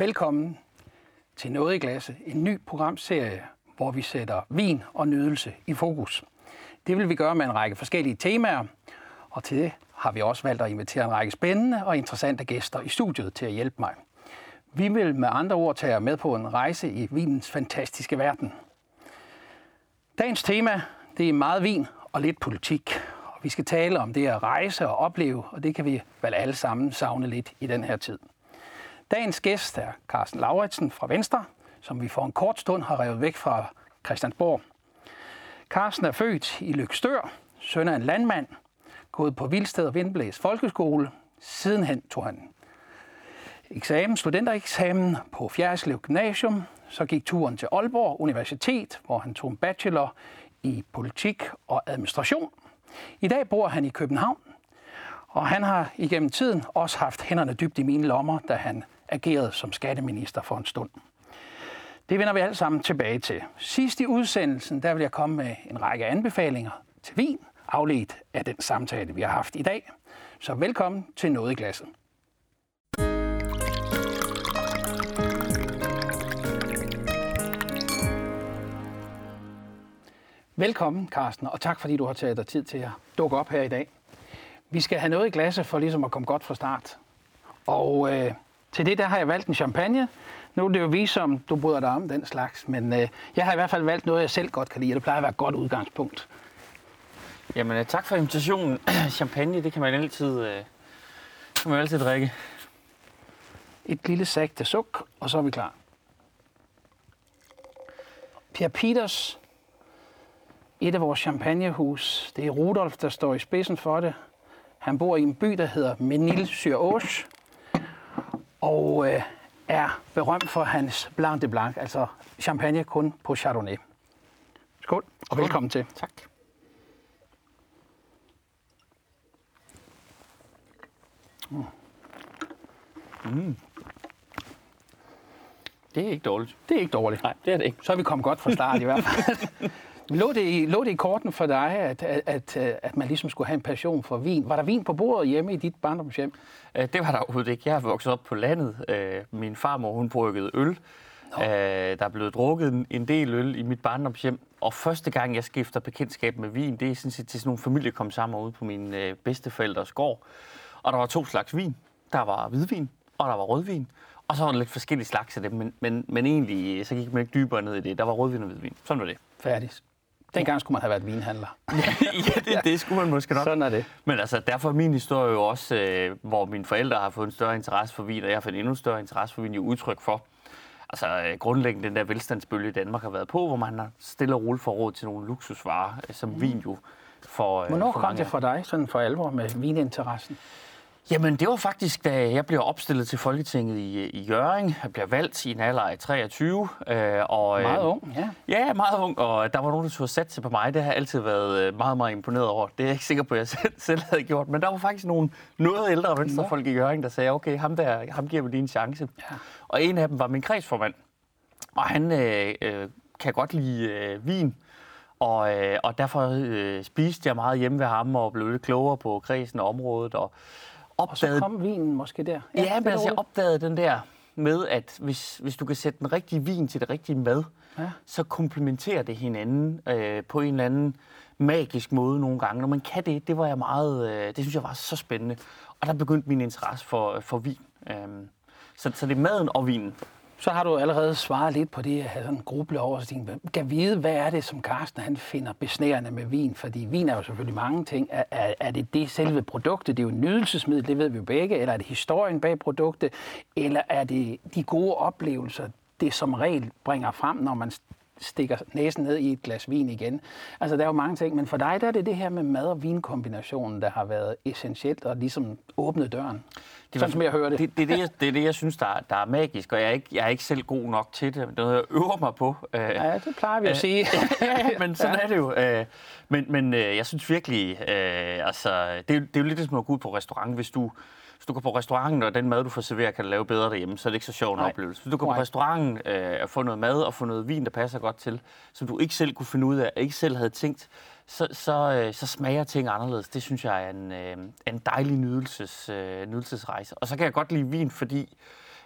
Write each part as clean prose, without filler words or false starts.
Velkommen til Noget i glasset, en ny programserie, hvor vi sætter vin og nydelse i fokus. Det vil vi gøre med en række forskellige temaer, og til det har vi også valgt at invitere en række spændende og interessante gæster i studiet til at hjælpe mig. Vi vil med andre ord tage jer med på en rejse i vinens fantastiske verden. Dagens tema, det er meget vin og lidt politik. Og vi skal tale om det at rejse og opleve, og det kan vi vel alle sammen savne lidt i den her tid. Dagens gæst er Carsten Lauritsen fra Venstre, som vi for en kort stund har revet væk fra Christiansborg. Carsten er født i Løgstør, søn af en landmand, gået på Vilsted og Vindblæs Folkeskole. Sidenhen tog han studentereksamen på Fjerritslev Gymnasium. Så gik turen til Aalborg Universitet, hvor han tog en bachelor i politik og administration. I dag bor han i København, og han har igennem tiden også haft hænderne dybt i mine lommer, da han agerede som skatteminister for en stund. Det vender vi alle sammen tilbage til. Sidst i udsendelsen, der vil jeg komme med en række anbefalinger til vin, afledt af den samtale, vi har haft i dag. Så velkommen til Noget i glasset. Velkommen, Carsten, og tak fordi du har taget dig tid til at dukke op her i dag. Vi skal have noget i glasset for ligesom at komme godt fra start. Og til det der har jeg valgt en champagne. Nu er det jo vist, om du bryder dig om den slags, men jeg har i hvert fald valgt noget, jeg selv godt kan lide, og det plejer at være et godt udgangspunkt. Jamen tak for invitationen. Champagne, det kan man altid drikke. Et lille sagte suk, og så er vi klar. Per Peters, et af vores champagnehus. Det er Rudolf, der står i spidsen for det. Han bor i en by, der hedder Menil-sur-Auge, og er berømt for hans Blanc de Blanc, altså champagne kun på Chardonnay. Skål, og velkommen til. Tak. Det er ikke dårligt. Det er ikke dårligt. Nej, det er det ikke. Så er vi kommet godt fra start i hvert fald. Lå det i korten for dig, at man ligesom skulle have en passion for vin? Var der vin på bordet hjemme i dit barndomshjem? Det var der overhovedet ikke. Jeg er vokset op på landet. Min farmor, hun bryggede øl. Der er blevet drukket en del øl i mit barndomshjem. Og første gang, jeg skifter bekendtskab med vin, det er sådan set til sådan nogle familie kom sammen ude på mine bedsteforældres gård. Og der var 2 slags vin. Der var hvidvin, og der var rødvin. Og så var der lidt forskellige slags af dem, men egentlig så gik man ikke dybere ned i det. Der var rødvin og hvidvin. Sådan var det. Færdigt. Dengang skulle man have været vinhandler. det skulle man måske nok. Sådan er det. Men altså, derfor er min historie jo også, hvor mine forældre har fået en større interesse for vin, og jeg har fået en endnu større interesse for vin, jo udtryk for. Altså grundlæggende den der velstandsbølge i Danmark har været på, hvor man har stille og roligt for råd til nogle luksusvarer, som vin jo for Hvornår for kom det for dig, sådan for alvor, med vininteressen? Jamen, det var faktisk, da jeg blev opstillet til Folketinget i Hjørring. Jeg blev valgt i en alder af 23. Meget ung, ja. Ja, meget ung, og der var nogen, der turde satse på mig. Det har jeg altid været meget, meget imponeret over. Det er jeg ikke sikker på, at jeg selv havde gjort. Men der var faktisk nogle noget ældre venstrefolk i Hjørring, der sagde, okay, ham giver vi lige en chance. Ja. Og en af dem var min kredsformand. Og han kan godt lide vin. Og derfor spiste jeg meget hjemme ved ham og blev lidt klogere på kredsen og området. Og så kom vinen måske der? Ja, men altså, jeg opdagede den der med, at hvis du kan sætte den rigtige vin til det rigtige mad, så komplementerer det hinanden på en eller anden magisk måde nogle gange. Når man kan det var jeg meget, det synes jeg var så spændende. Og der begyndte min interesse for vin. Så det er maden og vinen. Så har du allerede svaret lidt på det, jeg havde sådan gruble over, så tænkte, kan vide, hvad er det, som Carsten han finder besnærende med vin? Fordi vin er jo selvfølgelig mange ting. Er det selve produktet? Det er jo en nydelsesmiddel, det ved vi jo begge. Eller er det historien bag produktet? Eller er det de gode oplevelser, det som regel bringer frem, når man stikker næsen ned i et glas vin igen? Altså, der er jo mange ting, men for dig der er det her med mad- og vinkombinationen, der har været essentielt og ligesom åbnet døren. Sådan som jeg hører det. Det er det, jeg synes, der er magisk, og jeg er ikke selv god nok til det. Det er noget, jeg øver mig på. Ja, det plejer vi at sige. Men sådan er det jo. Men jeg synes virkelig, altså, det er jo lidt som at gå ud på restaurant. Hvis du går på restauranten, og den mad, du får serveret, kan du lave bedre derhjemme, så er det ikke så sjov en oplevelse. Hvis du går på restauranten og får noget mad og får noget vin, der passer godt til, som du ikke selv kunne finde ud af, ikke selv havde tænkt, så smager ting anderledes. Det synes jeg er en dejlig nydelsesrejse. Og så kan jeg godt lide vin, fordi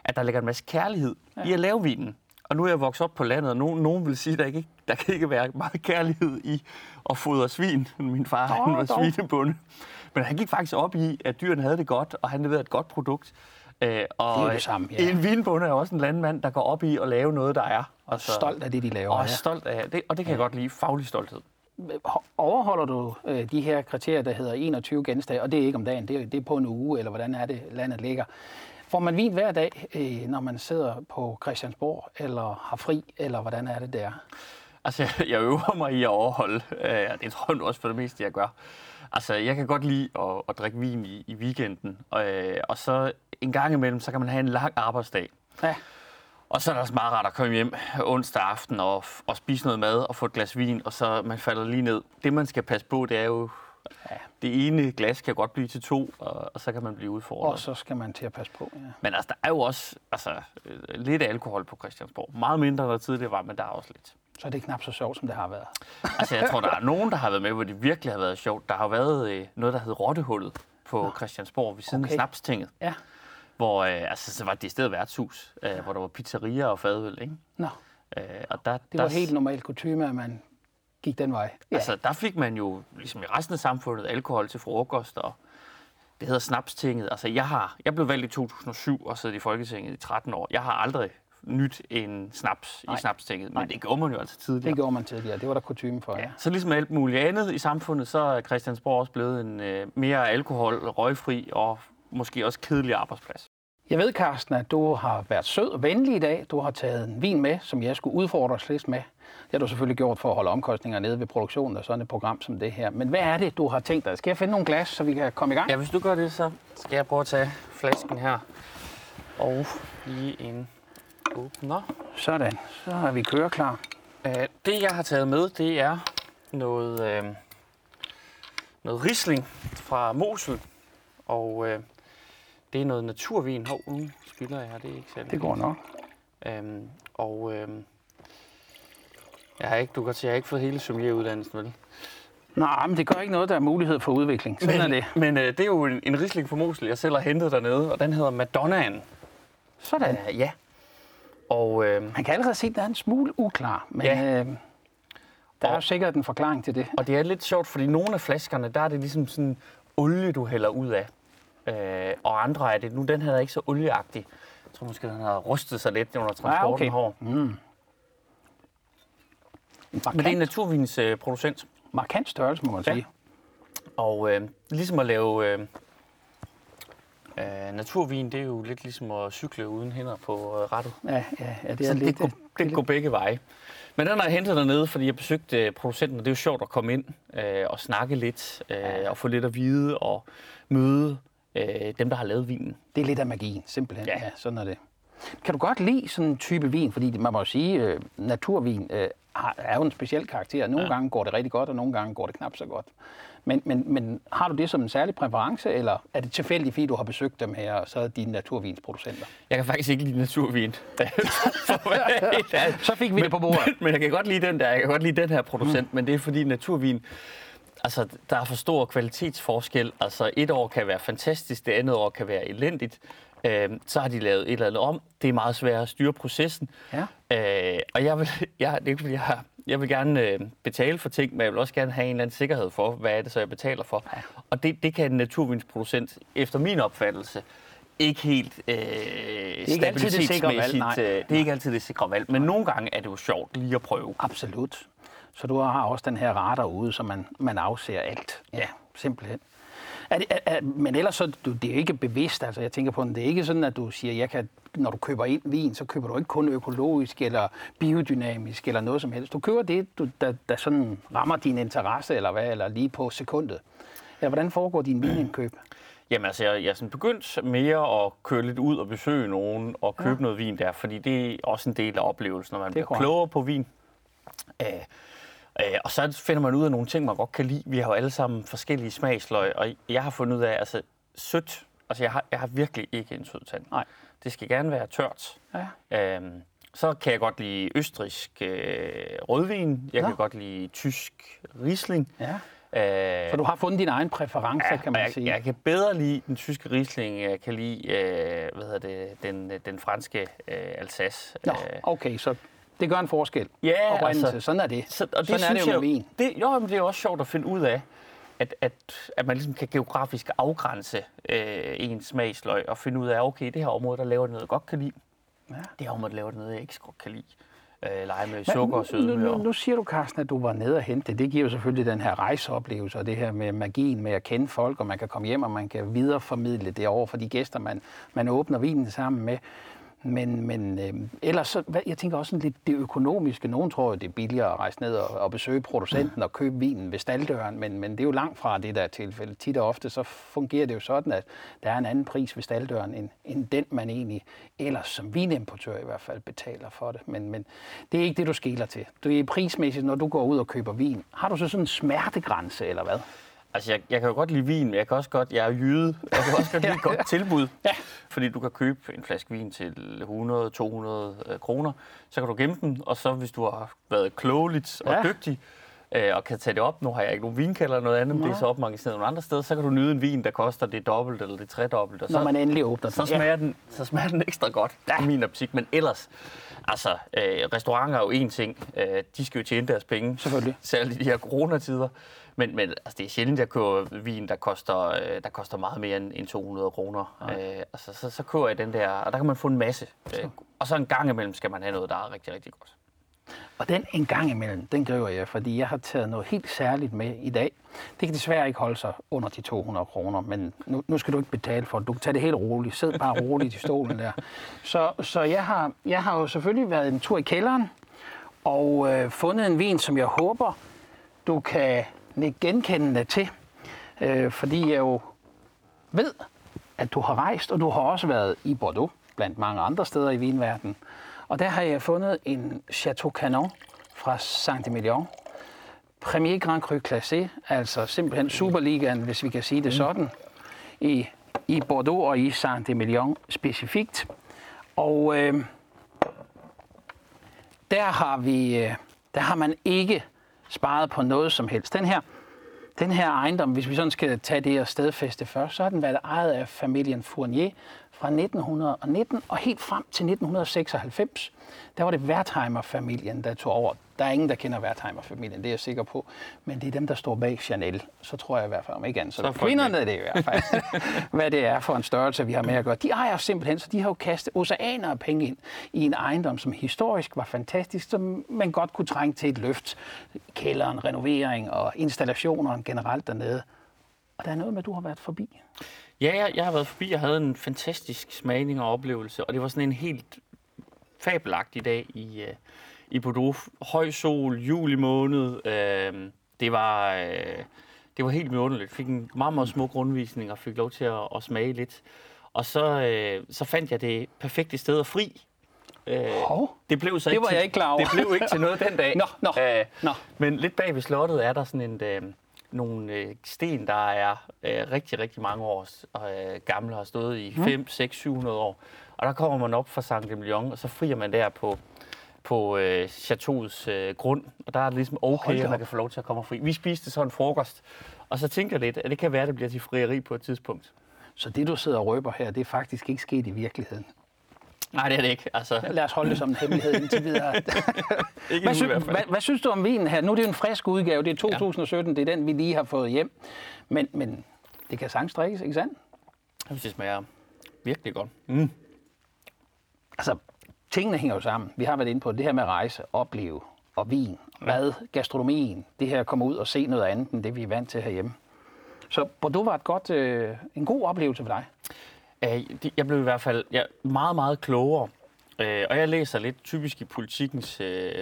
at der ligger en masse kærlighed i at lave vinen. Og nu er jeg vokset op på landet, og nogen vil sige, at der kan ikke være meget kærlighed i at fodre svin. Min far han var svinebonde. Men han gik faktisk op i, at dyrene havde det godt, og han leverede et godt produkt. Og det er det samme, ja. En vinbonde er også en landmand, der går op i at lave noget, der er. Og stolt af det, de laver. Og stolt af det, og det kan jeg godt lide. Faglig stolthed. Overholder du de her kriterier, der hedder 21 genstande, og det er ikke om dagen, det er på en uge, eller hvordan er det, landet ligger. Får man vin hver dag, når man sidder på Christiansborg, eller har fri, eller hvordan er det der? Altså, jeg øver mig i at overholde, det tror jeg nu også for det meste, jeg gør. Altså, jeg kan godt lide at drikke vin i weekenden, og så en gang imellem, så kan man have en lang arbejdsdag. Ja. Og så er det også meget rart at komme hjem onsdag aften og spise noget mad og få et glas vin, og så man falder lige ned. Det, man skal passe på, det er jo, det ene glas kan godt blive til 2, og så kan man blive udfordret. Og så skal man til at passe på, ja. Men altså, der er jo også lidt alkohol på Christiansborg. Meget mindre, end tidligere var, men der er også lidt. Så er det knap så sjovt, som det har været. Altså, jeg tror, der er nogen, der har været med, hvor det virkelig har været sjovt. Der har været noget, der hed Rottehullet på Christiansborg ved siden af Snapstinget. Ja. Hvor så var det i stedet værtshus, hvor der var pizzeria og fadøl, ikke? Nå. Og det var helt normalt kutyme, at man gik den vej. Ja. Altså, der fik man jo, ligesom i resten af samfundet, alkohol til frokost, og det hedder Snapstinget. Altså, jeg blev valgt i 2007 og siddet i Folketinget i 13 år. Jeg har aldrig nyt en snaps i Snapstinget, men det gjorde man jo altså tidligere. Det gjorde man tidligere, det var der kutyme for, ja. Så ligesom alt muligt andet i samfundet, så er Christiansborg også blevet en mere alkohol, røgfri og måske også kedelig arbejdsplads. Jeg ved, Carsten, at du har været sød og venlig i dag. Du har taget en vin med, som jeg skulle udfordre os lidt med. Det har du selvfølgelig gjort for at holde omkostninger nede ved produktionen af sådan et program som det her. Men hvad er det, du har tænkt dig? Skal jeg finde nogle glas, så vi kan komme i gang? Ja, hvis du gør det, så skal jeg prøve at tage flasken her. Og lige en åbner. Sådan, så er vi køreklar. Det, jeg har taget med, det er noget Riesling fra Mosel. Og det er noget naturvin. Nu spilder jeg her, det er ikke særlig. Det går nok. Jeg har ikke fået hele sommelieruddannelsen, vel? Nej, men det gør ikke noget, der er mulighed for udvikling. Sådan er det. Men det er jo en Riesling fra Mosel, jeg selv har hentet dernede, og den hedder Madonnaen. Sådan. Ja. Og man kan allerede se, at der er en smule uklar, men der er jo sikkert en forklaring til det. Og det er lidt sjovt, fordi nogle af flaskerne, der er det ligesom sådan olie, du hælder ud af. Og andre er det. Nu den her er ikke så olieagtig. Jeg tror måske, den har rustet sig lidt under transporten her. Men det er en naturvinsproducent. Markant størrelse, må man sige. Og ligesom at lave naturvin, det er jo lidt ligesom at cykle uden hænder på rattet. Ja, det er så lidt. Det går begge veje. Men den har jeg hentet dernede, fordi jeg besøgte producenten, og det er jo sjovt at komme ind og snakke lidt, og få lidt at vide og møde dem, der har lavet vinen. Det er lidt af magien, simpelthen. Ja, sådan er det. Kan du godt lide sådan en type vin? Fordi man må jo sige, naturvin er jo en speciel karakter. Nogle gange går det rigtig godt, og nogle gange går det knap så godt. Men har du det som en særlig præference, eller er det tilfældigt, fordi du har besøgt dem her, og så er dine naturvinsproducenter? Jeg kan faktisk ikke lide naturvin. Så fik vi det på bordet. Men jeg kan godt lide den der. Jeg kan godt lide den her producent, men det er fordi naturvin, altså der er for stor kvalitetsforskel. Altså et år kan være fantastisk, det andet år kan være elendigt. Så har de lavet et eller andet om. Det er meget svært at styre processen. Ja. Og jeg vil gerne betale for ting, men jeg vil også gerne have en eller anden sikkerhed for, hvad er det så, jeg betaler for. Ja. Og det kan en naturvinsproducent, efter min opfattelse, ikke helt stabilitetsmæssigt. Det er ikke altid det sikre valg, men nogle gange er det jo sjovt lige at prøve. Absolut. Så du har også den her radar ude, så man afser alt. Ja, simpelthen. Men ellers så det er ikke bevidst, altså jeg tænker på den. Det er ikke sådan, at du siger, når du køber ind vin, så køber du ikke kun økologisk eller biodynamisk eller noget som helst. Du køber det, der sådan rammer din interesse eller lige på sekundet. Ja, hvordan foregår din vinindkøb? Jamen altså, jeg er sådan begyndt mere at køre lidt ud og besøge nogen og købe noget vin der, fordi det er også en del af oplevelsen, når man bliver klogere på vin. Og så finder man ud af nogle ting, man godt kan lide. Vi har jo alle sammen forskellige smagsløg, og jeg har fundet ud af, altså sødt, altså jeg har virkelig ikke en sød tand. Nej. Det skal gerne være tørt. Ja. Så kan jeg godt lide østrigsk rødvin. Jeg kan godt lide tysk Riesling. Så du har fundet dine egne præferencer, kan man sige. Jeg kan bedre lide den tyske Riesling, jeg kan lide den franske Alsace. Nå, okay, så det gør en forskel. Ja, oprindelse. Altså, sådan er det. Og sådan er det jo med vin. Men det er også sjovt at finde ud af, at man ligesom kan geografisk afgrænse en smagsløg og finde ud af, okay, det her område, der laver det noget, jeg godt kan lide. Ja. Det her område, der laver det noget, jeg ikke godt kan lide. Lege med sukker og sødme. Nu siger du, Carsten, at du var nede og hente det. Det giver jo selvfølgelig den her rejseoplevelse, og det her med magien med at kende folk, og man kan komme hjem, og man kan videreformidle det over for de gæster, man åbner vinen sammen med. Men ellers, så, jeg tænker også sådan lidt det økonomiske. Nogen tror jo, det er billigere at rejse ned og besøge producenten og købe vinen ved stalddøren, men det er jo langt fra det der tilfælde. Tit og ofte så fungerer det jo sådan, at der er en anden pris ved stalddøren, end den man egentlig ellers som vinimportør i hvert fald betaler for det. Men det er ikke det, du skeler til. Det er prismæssigt, når du går ud og køber vin. Har du så sådan en smertegrænse, eller hvad? Altså, jeg kan jo godt lide vin, men jeg er jyde. Jeg kan også godt lide et godt tilbud. Ja. Fordi du kan købe en flaske vin til 100-200 kroner. Så kan du gemme den, og så hvis du har været klogeligt og dygtig, og kan tage det op, nu har jeg ikke nogen vinkælder eller noget andet, men det er så opmagasineret nogle andre steder, så kan du nyde en vin, der koster det dobbelt eller det tredobbelt. Og når man endelig åbner den. Så smager den ekstra godt i min optik, men ellers, altså, restauranter er jo én ting. De skal jo tjene deres penge, særligt i de her coronatider. Men altså, det er sjældent, at jeg køber vin, der koster meget mere end 200 kroner. Så køber jeg den der, og der kan man få en masse. Og så en gang imellem skal man have noget, der er rigtig, rigtig godt. Og den en gang imellem, den griber jeg, fordi jeg har taget noget helt særligt med i dag. Det kan desværre ikke holde sig under de 200 kroner, men nu skal du ikke betale for det. Du kan tage det helt roligt. Sid bare roligt i stolen der. Så jeg har jo selvfølgelig været en tur i kælderen og fundet en vin, som jeg håber, du kan nikke genkendende til. Fordi jeg jo ved, at du har rejst, og du har også været i Bordeaux, blandt mange andre steder i vinverdenen. Og der har jeg fundet en Chateau Canon fra Saint-Emilion. Premier Grand Cru Classé, altså simpelthen Superligaen, hvis vi kan sige det sådan, i Bordeaux og i Saint-Emilion specifikt. Og der har man ikke sparet på noget som helst. Den her ejendom, hvis vi sådan skal tage det her stedfæste først, så har den været ejet af familien Fournier fra 1919 og helt frem til 1996. Der var det Wertheimer-familien, der tog over. Der er ingen, der kender Wertheimer-familien, det er jeg sikker på. Men det er dem, der står bag Chanel. Så tror jeg i hvert fald, om ikke andet. Så kvinderne er det i hvert fald, hvad det er for en størrelse, vi har med at gøre. De ejer simpelthen, så de har jo kastet oceaner af penge ind i en ejendom, som historisk var fantastisk, som man godt kunne trænge til et løft. Kælderen, renovering og installationer generelt dernede. Og der er noget med, at du har været forbi. Ja, jeg har været forbi. Jeg havde en fantastisk smagning og oplevelse, og det var sådan en helt fabelagtig dag i Bordeaux. Høj sol, juli måned. Det var helt vidunderligt. Jeg fik en meget, meget smuk rundvisning og fik lov til at smage lidt. Og så fandt jeg det perfekte sted at fri. Det blev så ikke det var jeg ikke klar over. Det blev ikke til noget den dag. Nå. Men lidt bag ved slottet er der sådan nogle sten, der er rigtig, rigtig mange år gamle og har stået i 5, 6, 700 år. Og der kommer man op fra Saint-Emilion, og så frier man der på chateauets grund. Og der er det ligesom okay, at man kan få lov til at komme og fri. Vi spiste så en frokost, og så tænker jeg lidt, at det kan være, at det bliver til frieri på et tidspunkt. Så det, du sidder og røber her, det er faktisk ikke sket i virkeligheden? Nej, det er det ikke. Altså. Lad os holde det som en hemmelighed indtil videre. Hvad synes du om vinen her? Nu er det jo en frisk udgave. Det er 2017, det er den, vi lige har fået hjem. Men det kan sagtens drikkes, ikke sandt? Jeg synes, det smager virkelig godt. Altså, tingene hænger jo sammen. Vi har været inde på det her med rejse, opleve og vin, mad, gastronomien. Det her kommer ud og se noget andet, end det vi er vant til herhjemme. Så Bordeaux var en god oplevelse for dig? Jeg blev i hvert fald meget, meget klogere. Og jeg læser lidt typisk i Politikens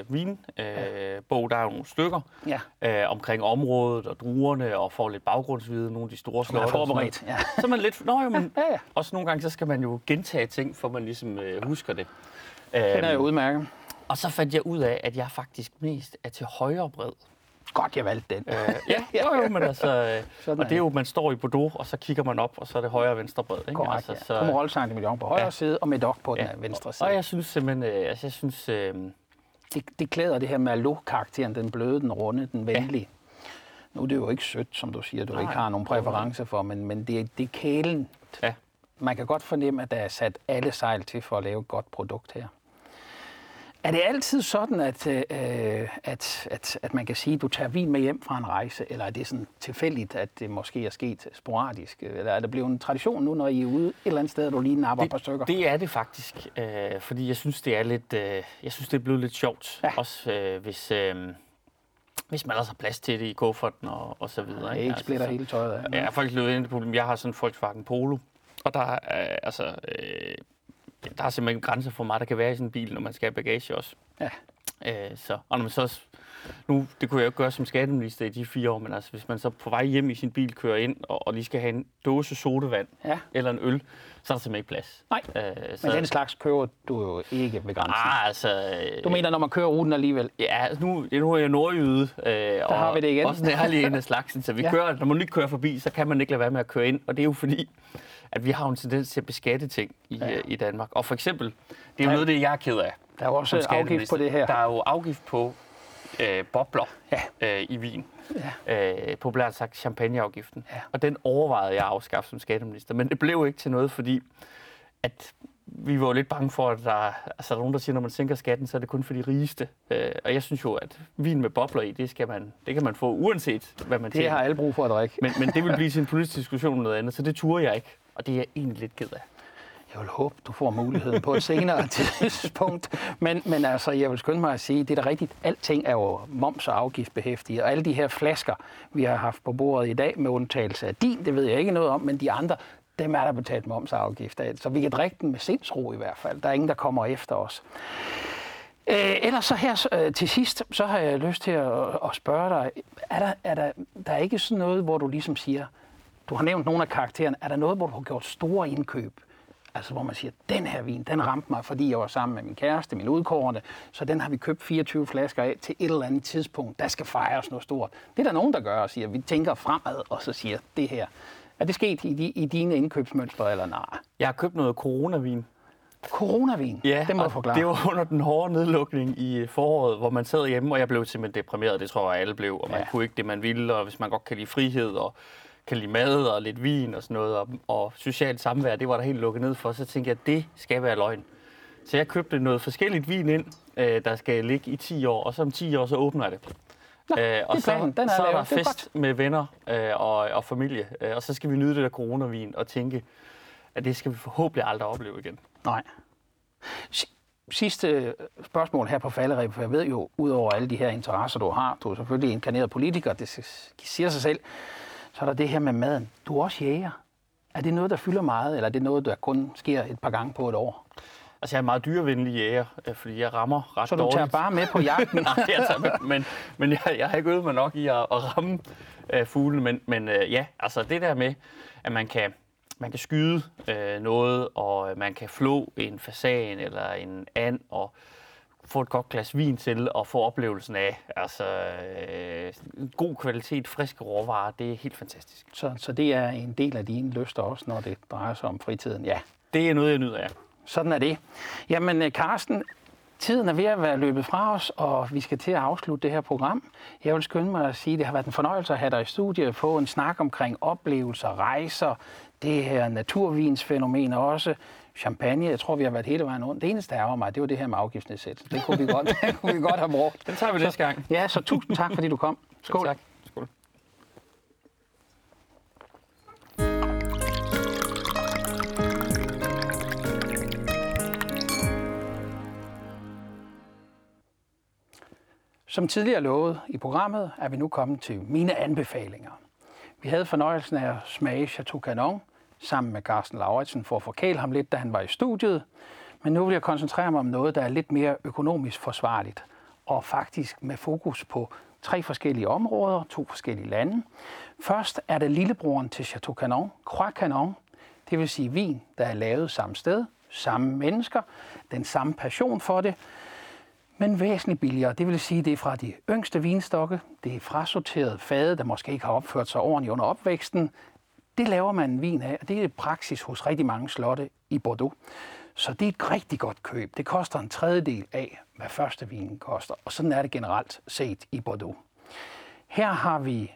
vinbog. Der er jo nogle stykker omkring området og druerne, og får lidt baggrundsviden, nogle af de store slotte. Forberedt. Ja. Så er man lidt... Også nogle gange, så skal man jo gentage ting, for man ligesom husker det. Det er jo udmærket. Og så fandt jeg ud af, at jeg faktisk mest er til højre bred. Godt, jeg valgte den. Men altså... og det er jo, man står i Bordeaux, og så kigger man op, og så er det højre og venstre bred. Ikke? Korrekt, altså, så... Kommer Saint-Emilion på højre side, og Médoc på den venstre side. Og jeg synes simpelthen... Det klæder det her Merlot-karakteren, den bløde, den runde, den venlige. Nu er det jo ikke sødt, som du siger, du ikke har nogen præference for, men det er kælen. Ja. Man kan godt fornemme, at der er sat alle sejl til for at lave et godt produkt her. Er det altid sådan, at man kan sige, at du tager vin med hjem fra en rejse, eller er det sådan tilfældigt, at det måske er sket sporadisk? Eller er det blevet en tradition nu, når I er ude et eller andet sted, og du lige napper et par stykker? Det er det faktisk, fordi jeg synes, det er lidt, jeg synes, det er blevet lidt sjovt. Ja. Også hvis man også har plads til det i kufferten og så videre. Ja, ikke splitter hele tøjet af. Ja, jeg har faktisk løbet ind i problem. Jeg har sådan en Volkswagen Polo, og der er der er simpelthen grænser for meget, der kan være i sådan en bil, når man skal have bagage også. Ja. Og når man så nu, det kunne jeg jo ikke gøre som skatteminister i de 4 år, men altså, hvis man så på vej hjem i sin bil kører ind og lige skal have en dåse sodavand eller en øl, så er der simpelthen ikke plads. Nej, men den slags kører du jo ikke ved grænsen. Du mener, når man kører ruten alligevel? Ja, nu er jeg nordjyde, og har vi det igen. Også nærlig en af slagsen, så vi kører, når man ikke kører forbi, så kan man ikke lade være med at køre ind, og det er jo fordi, at vi har en tendens til at beskatte ting i Danmark. Og for eksempel, det er jo noget af det, jeg er ked af. Der er jo også afgift på det her. Der er jo afgift på bobler i vin. Ja. Populært sagt champagneafgiften. Ja. Og den overvejede jeg at afskaffe som skatteminister. Men det blev ikke til noget, fordi at vi var lidt bange for, at der er nogen, der siger, at når man sænker skatten, så er det kun for de rigeste. Og jeg synes jo, at vin med bobler i, det kan man få uanset, hvad man tjener. Det har alle brug for at drikke. Men det vil blive til en politisk diskussion eller noget andet, så det turde jeg ikke. Og det er jeg egentlig lidt ked af. Jeg vil håbe, du får muligheden på et senere tidspunkt. Men altså, jeg vil skynde mig at sige, det er da rigtigt. Alting er jo moms- og afgiftsbehæftige. Og alle de her flasker, vi har haft på bordet i dag, med undtagelse af din, det ved jeg ikke noget om, men de andre, dem er der betalt moms- og afgift af. Så vi kan drikke den med sindsro i hvert fald. Der er ingen, der kommer efter os. Ellers så her til sidst, så har jeg lyst til at spørge dig, er der ikke sådan noget, hvor du ligesom siger, du har nævnt nogle af karaktererne, er der noget, hvor du har gjort store indkøb? Altså hvor man siger, den her vin, den ramte mig, fordi jeg var sammen med min kæreste, min udkårende, så den har vi købt 24 flasker af til et eller andet tidspunkt. Der skal fejres noget stort. Det er der nogen, der gør og siger, vi tænker fremad, og så siger det her. Er det sket i dine indkøbsmønstre, eller nej? Jeg har købt noget coronavin. Coronavin? Ja, det må du forklare. Det var under den hårde nedlukning i foråret, hvor man sad hjemme, og jeg blev simpelthen deprimeret. Det tror jeg, alle blev, og man kunne ikke det, man ville, og hvis man godt kan lide frihed og kan lide mad og lidt vin og sådan noget, og socialt samvær, det var der helt lukket ned for, så tænkte jeg, at det skal være løgn. Så jeg købte noget forskelligt vin ind, der skal ligge i 10 år, og så om 10 år, så åbner jeg det. Og så er der fest med venner og familie, og så skal vi nyde det der coronavin og tænke, at det skal vi forhåbentlig aldrig opleve igen. Nej. Sidste spørgsmål her på falderebet, for jeg ved jo, udover alle de her interesser, du er selvfølgelig inkarneret politiker, det siger sig selv, så er der det her med maden. Du er også jæger. Er det noget, der fylder meget, eller er det noget, der kun sker et par gange på et år? Altså, jeg er en meget dyrevenlig jæger, fordi jeg rammer ret dårligt. Så du tager bare med på jagten? Nej, jeg tager med, men jeg har ikke øvet mig nok i at ramme fuglene. Men ja, altså det der med, at man kan skyde noget, og man kan flå en fasan eller en and, og få et godt glas vin til og få oplevelsen af god kvalitet, friske råvarer. Det er helt fantastisk. Så det er en del af dine lyster også, når det drejer sig om fritiden? Ja. Det er noget, jeg nyder af. Sådan er det. Jamen, Carsten, tiden er ved at være løbet fra os, og vi skal til at afslutte det her program. Jeg vil skynde mig at sige, at det har været en fornøjelse at have dig i studiet, få en snak omkring oplevelser, rejser, det her naturvinsfænomen også, champagne. Jeg tror, vi har været hele vejen rundt. Det eneste, der ærger mig, det var det her med afgiftsnedsættelse. Det kunne vi godt have brugt. Den tager vi næste gang. Ja, så tusind tak, fordi du kom. Skål. Tak. Skål. Som tidligere lovet i programmet, er vi nu kommet til mine anbefalinger. Vi havde fornøjelsen af at smage Chateau Canon sammen med Carsten Lauritsen for at forkæle ham lidt, da han var i studiet. Men nu vil jeg koncentrere mig om noget, der er lidt mere økonomisk forsvarligt, og faktisk med fokus på 3 forskellige områder, 2 forskellige lande. Først er det lillebroren til Chateau Canon, Croix Canon, det vil sige vin, der er lavet samme sted, samme mennesker, den samme passion for det, men væsentligt billigere. Det vil sige, det er fra de yngste vinstokke, det er frasorteret fade, der måske ikke har opført sig ordentligt under opvæksten. Det laver man en vin af, og det er praksis hos rigtig mange slotte i Bordeaux. Så det er et rigtig godt køb. Det koster en tredjedel af, hvad første vinen koster, og sådan er det generelt set i Bordeaux. Her har vi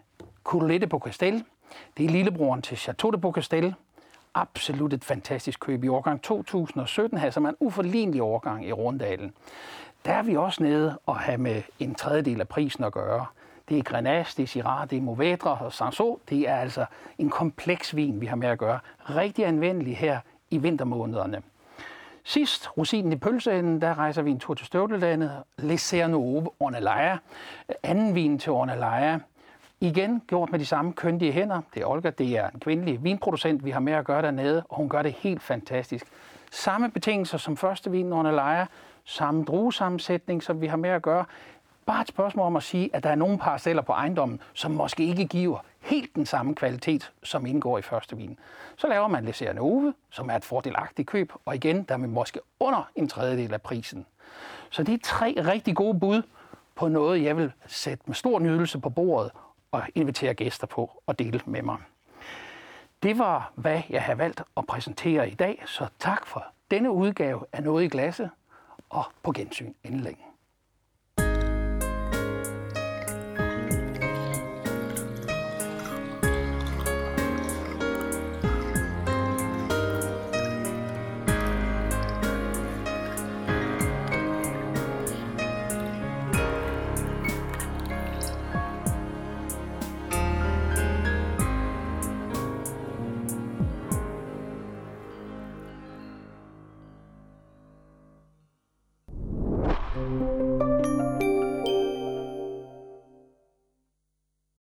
Coulette de Beaucastel. Det er lillebroren til Chateau de Beaucastel. Absolut et fantastisk køb i årgang 2017, her, som er en uforlignelig årgang i Runddalen. Der er vi også nede og have med en tredjedel af prisen at gøre. Det er Grenache, det er Syrah, det er Mourvedre og Cinsault. Det er altså en kompleks vin, vi har med at gøre. Rigtig anvendelig her i vintermånederne. Sidst, rosinen i pølseenden, der rejser vi en tur til Støvlelandet. Les Cernauve Ornellaia. Anden vin til Ornellaia. Igen gjort med de samme kyndige hænder. Det er Olga, det er en kvindelig vinproducent, vi har med at gøre dernede, og hun gør det helt fantastisk. Samme betingelser som første vin Ornellaia, samme druesammensætning, som vi har med at gøre. Bare et spørgsmål om at sige, at der er nogle parceller på ejendommen, som måske ikke giver helt den samme kvalitet, som indgår i første vin. Så laver man Les Cernauve, som er et fordelagtigt køb, og igen, der er man måske under en tredjedel af prisen. Så det er 3 rigtig gode bud på noget, jeg vil sætte med stor nydelse på bordet og invitere gæster på og dele med mig. Det var, hvad jeg har valgt at præsentere i dag, så tak for denne udgave af Noget i glasset, og på gensyn inden længe.